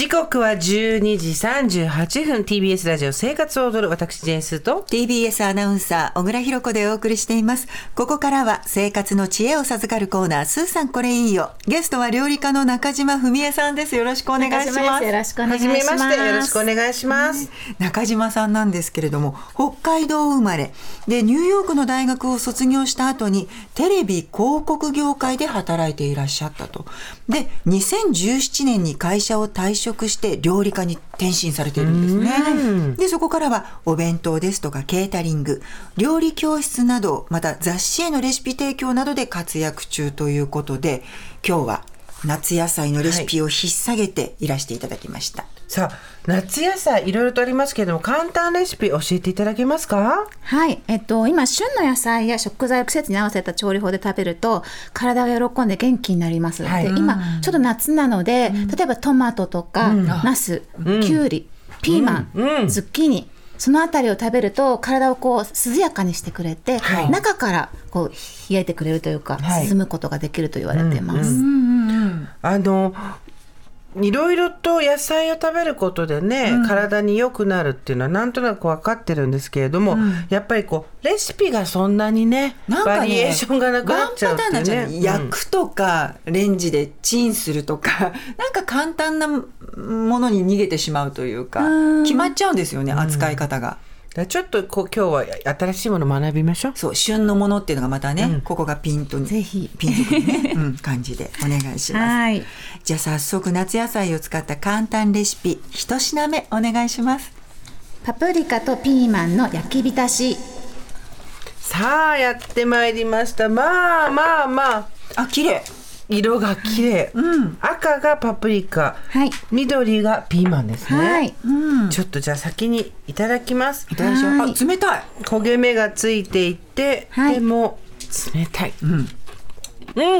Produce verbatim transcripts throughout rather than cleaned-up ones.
時刻はじゅうにじさんじゅうはっぷん ティービーエス ラジオ生活を踊る私ジェーンスーとティービーエス アナウンサー小倉弘子でお送りしています。ここからは生活の知恵を授かるコーナー、スーさんこれいいよ。ゲストは料理家の中島文江さんです。よろしくお願いします。 よろしくお願いしはます。 じめましてよろしくお願いします、 中島さんなんですけれども、北海道生まれでニューヨークの大学を卒業した後にテレビ広告業界で働いていらっしゃったと。でにせんじゅうななねんに会社を退職して料理家に転身されているんですね。でそこからはお弁当ですとかケータリング、料理教室など、また雑誌へのレシピ提供などで活躍中ということで、今日は夏野菜のレシピを引っ提げていらしていただきました、はい。 さあ夏野菜いろいろとありますけれども、簡単レシピ教えていただけますか？ はい、えっと、今旬の野菜や食材を季節に合わせた調理法で食べると体が喜んで元気になります、はい、で今ちょっと夏なので、うん、例えばトマトとか、うん、ナス、うん、キュウリ、ピーマン、うん、ズッキーニ、そのあたりを食べると体をこう涼やかにしてくれて、はい、中からこう冷えてくれるというか、はい、進むことができると言われています、うんうんうん、 あのいろいろと野菜を食べることでね、うん、体に良くなるっていうのはなんとなく分かってるんですけれども、うん、やっぱりこうレシピがそんなに ね, なんかねバリエーションがなくなっちゃうっていうね、ワンパターンになっちゃうね、 焼くとかレンジでチンするとかなんか簡単なものに逃げてしまうというか、決まっちゃうんですよね、扱い方が。 ちょっとこう今日は新しいものを学びましょう。 そう、旬のものっていうのがまたね、うん、ここがピンとぜひピンとくるね、うん、感じでお願いします。 はい、 じゃあ早速夏野菜を使った簡単レシピ一品目お願いします。 パプリカとピーマンの焼き浸し。 さあやってまいりました。まあまあまあ、 あ、綺麗、 色が綺麗、うん、赤がパプリカ、はい、緑がピーマンですね、はい、うん、ちょっとじゃあ先にいただきます。 いただきます。あ、冷たい。 焦げ目がついていて、はい、でも冷たい、うん、うん、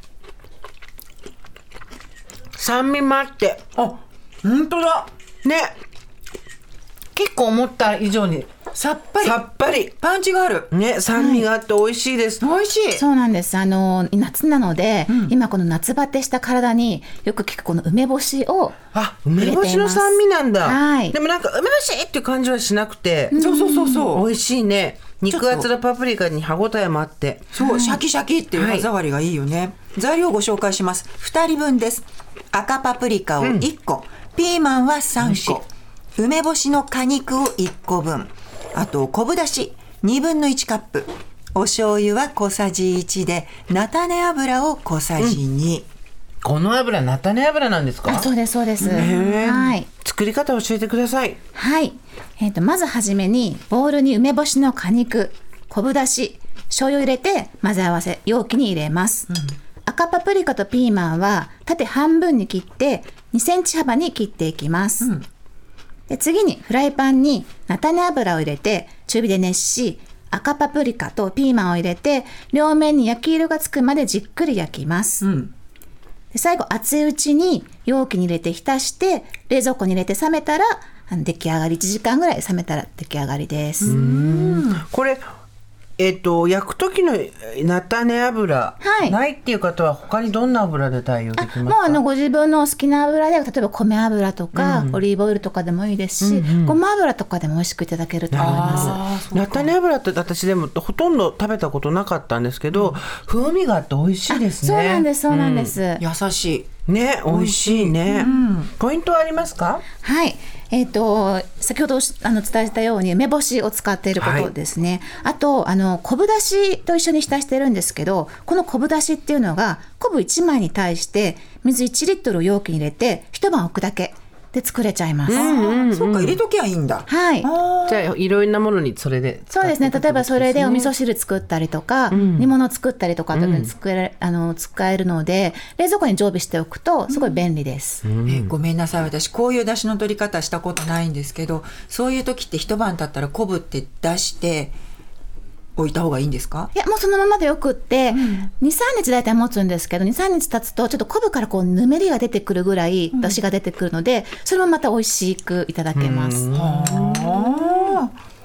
酸味もあって、 あ、本当だね、結構思った以上にさっぱり、 さっぱり、 パンチがあるね、酸味があって美味しいです、 はい、美味しい。 そうなんです。あの夏なので、うん、今この夏バテした体によく効くこの梅干しをあ、梅干しの酸味なんだ、 はい、 でもなんか梅干しっていう感じはしなくて、 うん、そうそうそうそう、 美味しいね。肉厚のパプリカに歯ごたえもあって、 そう、はい、シャキシャキっていう歯触りがいいよね、はい、材料をご紹介します。ふたりぶんです。赤パプリカをいっこ、うん、ピーマンはさんこ、梅干しの果肉をいっこぶん、あと昆布だしにぶんのいちカップ、お醤油は小さじいちで、菜種油を小さじに、うん、 この油菜種油なんですか？ あ、そうですそうです、はい、 作り方を教えてください。 はい、えーと、まずはじめにボウルに梅干しの果肉、昆布だし、醤油を入れて混ぜ合わせ容器に入れます、うん、赤パプリカとピーマンは縦半分に切ってにセンチ幅に切っていきます、うん、で次にフライパンに菜種油を入れて中火で熱し、赤パプリカとピーマンを入れて両面に焼き色がつくまでじっくり焼きます、うん、で最後熱いうちに容器に入れて浸して冷蔵庫に入れて冷めたら出来上がり、いちじかんぐらい冷めたら出来上がりです。 うーん、これえっと、焼く時の菜種油、はい、ないっていう方は他にどんな油で代用できますか？ もうあのご自分の好きな油で、例えば米油とか、うん、オリーブオイルとかでもいいですし、うんうん、ごま油とかでも美味しくいただけると思います。 菜種油って私でもほとんど食べたことなかったんですけど、うん、風味があって美味しいですね。 そうなんですそうなんです、うん、 優しいね、美味しいね、うん、ポイントはありますか？ はい、えーと、先ほどあの伝えたように梅干しを使っていることですね、はい、あとあの昆布だしと一緒に浸してるんですけど、この昆布だしっていうのが昆布いちまいに対して水いちリットルを容器に入れて一晩置くだけで作れちゃいます、 うんうんうん、そうか、入れときゃいいんだ。 はい、 じゃあいろいろなものにそれで使って、 そうですね、例えばそれでお味噌汁作ったりとか、うん、煮物作ったりとかに作れ、うん、あの使えるので冷蔵庫に常備しておくとすごい便利です、 うん、えごめんなさい、私こういう出汁の取り方したことないんですけど、そういう時って一晩経ったら昆布って出して置いた方がいいんですか？ いや、もうそのままでよくって、うん、にさんにちだいたい持つんですけど、にさんにち経つとちょっと昆布からこうぬめりが出てくるぐらい出汁が出てくるので、うん、それもまた美味しくいただけます。 は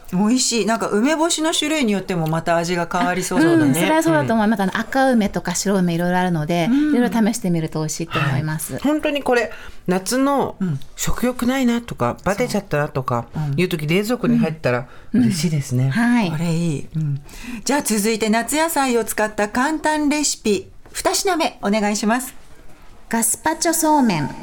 美味しい。なんか梅干しの種類によってもまた味が変わりそうだね。 うん、それはそうだと思います。あの赤梅とか白梅いろいろあるので、いろいろ試してみると美味しいと思います。はい、 本当にこれ夏の食欲ないなとか、バテちゃったなとかいう時、冷蔵庫に入ったら嬉しいですね。 うんうん、はい。 これいい。うん、じゃあ続いて夏野菜を使った簡単レシピに品目お願いします。 ガスパチョそうめん。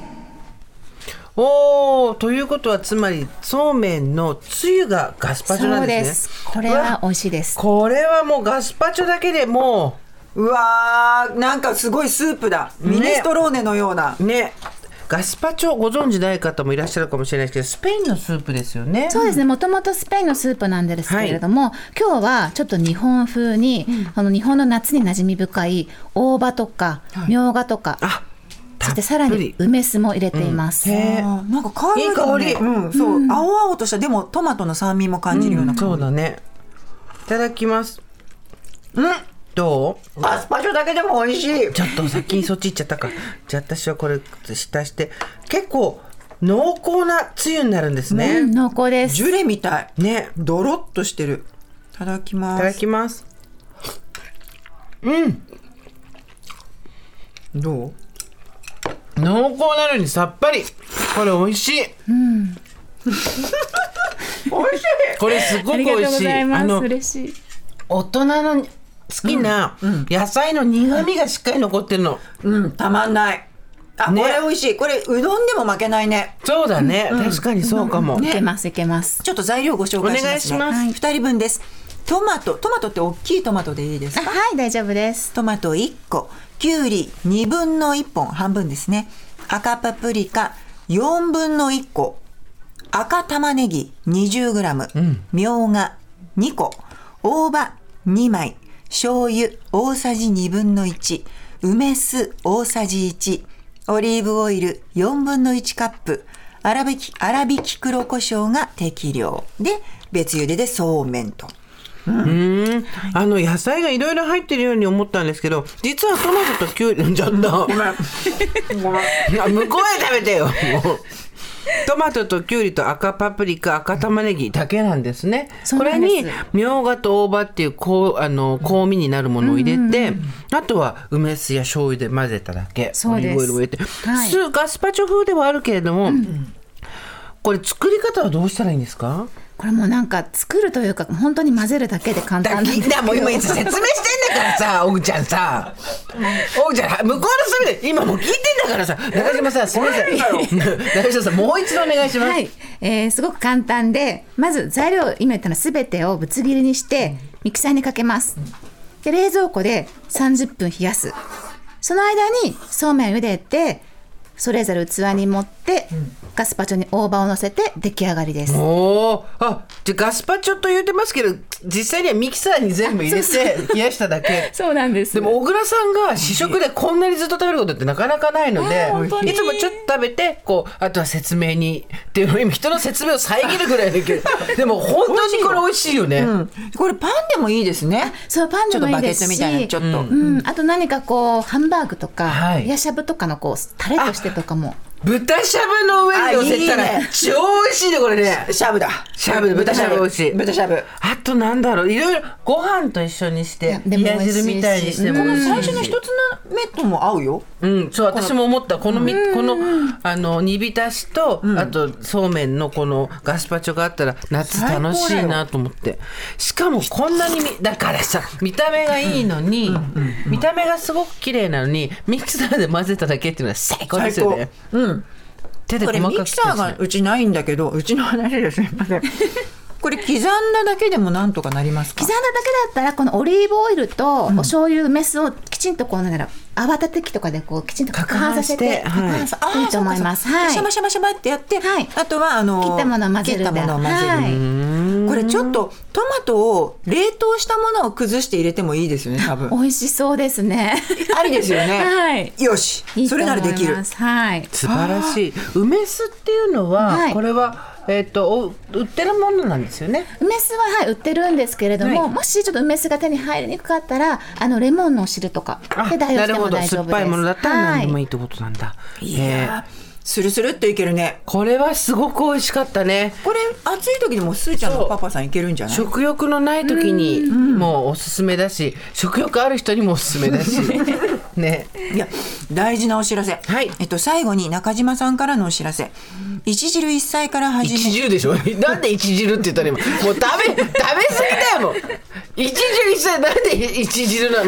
おー、ということはつまりそうめんのつゆがガスパチョなんですね。 そうです。これは美味しいです。 これはもうガスパチョだけでもう、うわー、なんかすごいスープだ、ね、ミネストローネのようなね。ガスパチョご存知ない方もいらっしゃるかもしれないですけど、スペインのスープですよね。 そうですね、もともとスペインのスープなんですけれども、はい、今日はちょっと日本風に、うん、あの日本の夏に馴染み深い大葉とか、はい、みょうがとか、あ、そしてさらに梅酢も入れています。 うん、へー、なんか香り、ね、いい香り、うん、そう、うん、青々とした、でもトマトの酸味も感じるような香り、 うん、そうだね。いただきます。うん、どう？ ガスパチョだけでも美味しい。 ちょっと先にそっち行っちゃったか。じゃあ私はこれ浸して、結構濃厚なつゆになるんですね。 うん、濃厚です。 ジュレみたいね、 ドロッとしてる。いただきます。 いただきます。うん、 どう？ 濃厚なのにさっぱり。これ美味しい。うん、美味しい。これすごく美味しい。ありがとうございます。あの嬉しい。 大人の好きな野菜の苦味がしっかり残ってるの。 うん、たまんない。あ、ね、これ美味しい。これうどんでも負けないね。 そうだね、うん、確かにそうかも、 うん、ね、いけますいけます。 ちょっと材料ご紹介しますね。お願いします。ふたりぶんです。トマト、トマトって大きいトマトでいいですか？ はい、大丈夫です。 トマトいっこ、きゅうりにぶんのいっぽん、半分ですね。赤パプリカよんぶんのいっこ、赤玉ねぎ にじゅうグラム、うん、みょうがにこ、大葉にまい、醤油大さじにぶんのいち、梅酢大さじいち、オリーブオイルよんぶんのいちカップ、粗挽き、粗挽き黒胡椒が適量で、別茹ででそうめんと。 うん、うーん、あの野菜がいろいろ入ってるように思ったんですけど、実はトマトとキュウリちょっとごめん向こうへ食べてよ。トマトとキュウリと赤パプリカ、赤玉ねぎだけなんですね。これにみょうがと大葉っていうこうあの香味になるものを入れて、うんうん、あとは梅酢や醤油で混ぜただけ。 そうです。 オリーブオイルを入れて、はい、ガスパチョ風ではあるけれども、うん、これ作り方はどうしたらいいんですか？ これもなんか作るというか本当に混ぜるだけで簡単なんですだ。もう今説明してんだからさ、おぐちゃんさ、おぐちゃん向こうの隅で今もう聞いてんだからさ、中島さんすみません。中島さんもう一度お願いします。 はい、えー、すごく簡単で、まず材料今言ったのすべてをぶつ切りにしてミキサーにかけます。で冷蔵庫でさんじゅっぷん冷やす。その間にそうめんを茹でてそれぞれ器に盛って、うん、ガスパチョに大葉を乗せて出来上がりです。 おー、あ、じゃあガスパチョと言ってますけど、実際にはミキサーに全部入れて冷やしただけ。 そうなんです。 でも小倉さんが試食でこんなにずっと食べることってなかなかないので、いつもちょっと食べてこう、あとは説明にっていうの、今人の説明を遮るぐらいだけどでも本当にこれ美味しいよね、うん、 これパンでもいいですね。 そう、パンでもいいですし、 ちょっとバケットみたいなちょっと、 うんうん、あと何かこうハンバーグとか、はい、ヤシャブとかのこうタレとしてとかも、 豚しゃぶの上に乗せたらいい、ね、超美味しいねこれね。 しゃぶだ。 しゃぶ、豚しゃぶ美味しい。 豚しゃぶ。 あとなんだろう、いろいろご飯と一緒にして冷や汁みたいにしても、 この最初の一つの目とも合うよ。 うん、そう私も思った。このみこのあの煮浸しと、うん、あとそうめんのこのガスパチョがあったら夏楽しいなと思って。しかもこんなにだからさ、見た目がいいのに、うんうんうん、見た目がすごく綺麗なのにミキサーで混ぜただけっていうのは最高ですよね。 うん。手で細かく、これミキサーがうちないんだけど、うちの話ですね。これ刻んだだけでもなんとかなりますか？ 刻んだだけだったらこのオリーブオイルとお醤油、梅酢をきちんとこうなんだろう、泡立て器とかでこうきちんと攪拌させて、 攪拌させていいと思います。はい。 シャバシャバシャバってやって、はい、あとはあの切ったものを混ぜる。 切ったものを混ぜる。はい、これちょっとトマトを冷凍したものを崩して入れてもいいですよね、多分。 美味しそうですね。 ありですよね。 はい。 よし、いいそれならできる。 はい。 素晴らしい。梅酢っていうのは、はい、これは。えー、と売ってるものなんですよね。 梅酢は、はい、売ってるんですけれども、はい、もしちょっと梅酢が手に入りにくかったらあのレモンの汁とかで代用しても大丈夫です。 酸っぱいものだったら何でもいいってことなんだ。 はい、いやスルスルっといけるね。 これはすごく美味しかったね。 これ暑い時でもスーちゃんのパパさんいけるんじゃない？ 食欲のない時にもうおすすめだし、食欲ある人にもおすすめだしね。 いや大事なお知らせ、 はいえっと、最後に中島さんからのお知らせ。一汁一菜から始め一汁でしょなんで一汁って言ったら今もう食べ食べ過ぎだよもう一汁一菜なんで一汁なの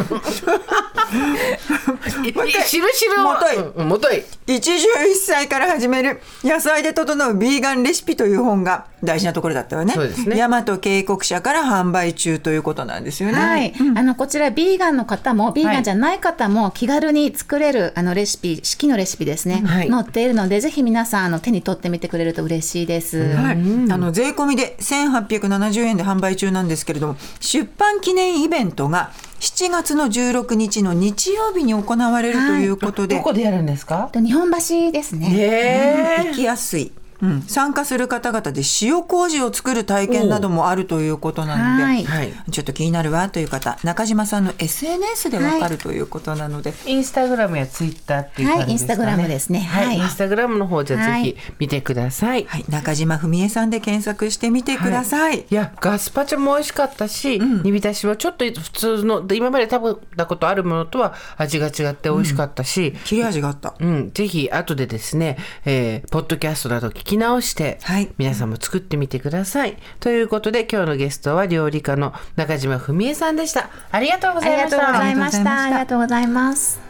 汁汁もとい、 うん、もとい一汁一菜から始める野菜で整うビーガンレシピという本が大事なところだったわね。 そうですね。 大和渓谷社から販売中ということなんですよね。 はい、うん、あのこちらビーガンの方もビーガンじゃない方も気軽に作れるあのレシピ、式のレシピですね、はい、載っているのでぜひ皆さんあの手に取ってみてくれると嬉しいです、 はい、うん、あの税込みでせんはっぴゃくななじゅうえんで販売中なんですけれども、出版記念イベントがしちがつのじゅうろくにちの日曜日に行われるということで、 はい、どこでやるんですか？ 日本橋ですね。 へー、行きやすい。うん、参加する方々で塩麹を作る体験などもあるということなので、はい、ちょっと気になるわという方、中島さんの エスエヌエス でわかるということなので、 インスタグラムやツイッターっていう感じですかね。はい、インスタグラムですね。はい、インスタグラムの方じゃぜひ見てください。 はい、中島文江さんで検索してみてください。はい、 いやガスパチョも美味しかったし、うん、煮浸しはちょっと普通の今まで食べたことあるものとは味が違って美味しかったし、うん、 切れ味があった。 うん、ぜひ後でですね、えー、ポッドキャストなど聞き直してはい、皆さんも作ってみてください。ということで今日のゲストは料理家の中島文江さんでした。ありがとうございました。 ありがとうございました。ありがとうございます。